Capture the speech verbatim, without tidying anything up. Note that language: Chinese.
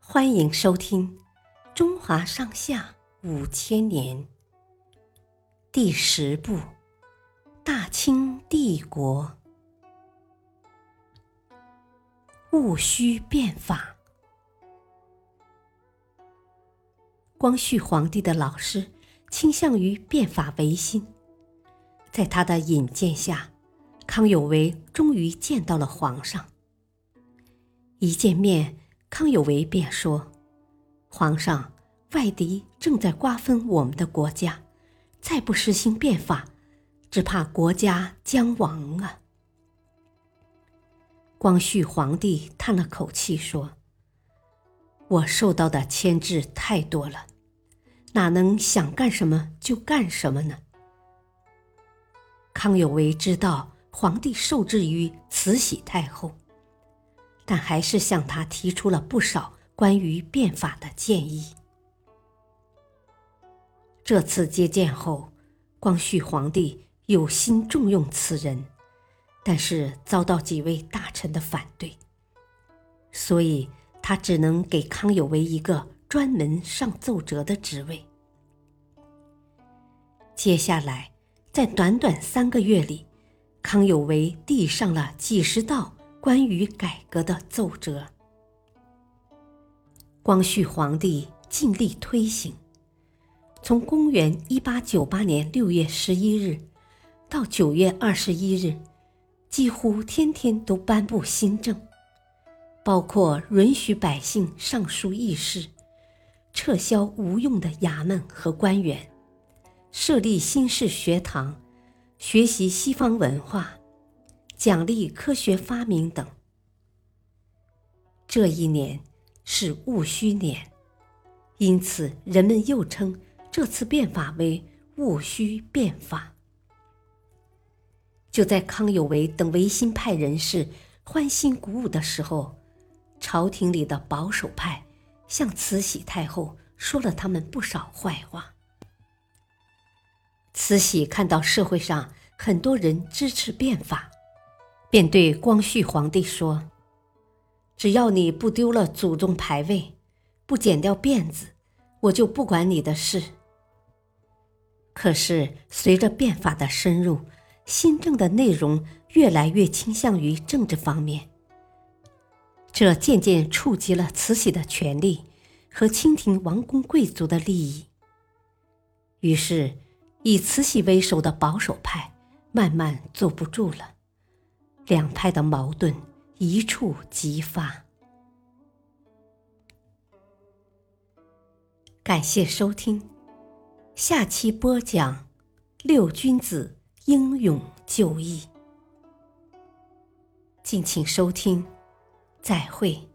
欢迎收听《中华上下五千年》第十部：大清帝国。戊戌变法。光绪皇帝的老师倾向于变法维新，在他的引荐下，康有为终于见到了皇上。一见面，康有为便说：“皇上，外敌正在瓜分我们的国家，再不实行变法，只怕国家将亡啊。”光绪皇帝叹了口气说：“我受到的牵制太多了，哪能想干什么就干什么呢？”康有为知道皇帝受制于慈禧太后，但还是向他提出了不少关于变法的建议。这次接见后，光绪皇帝有心重用此人，但是遭到几位大臣的反对，所以他只能给康有为一个专门上奏折的职位。接下来，在短短三个月里，康有为递上了几十道关于改革的奏折。光绪皇帝尽力推行，从公元一八九八年六月十一日到九月二十一日，几乎天天都颁布新政，包括允许百姓上书议事，撤销无用的衙门和官员，设立新式学堂，学习西方文化，奖励科学发明等。这一年是戊戌年，因此人们又称这次变法为戊戌变法。就在康有为等维新派人士欢欣鼓舞的时候，朝廷里的保守派向慈禧太后说了他们不少坏话。慈禧看到社会上很多人支持变法，便对光绪皇帝说：“只要你不丢了祖宗牌位，不剪掉辫子，我就不管你的事。”可是随着变法的深入，新政的内容越来越倾向于政治方面，这渐渐触及了慈禧的权力和清廷王公贵族的利益。于是以慈禧为首的保守派慢慢坐不住了，两派的矛盾一触即发。感谢收听，下期播讲六君子英勇就义。敬请收听，再会。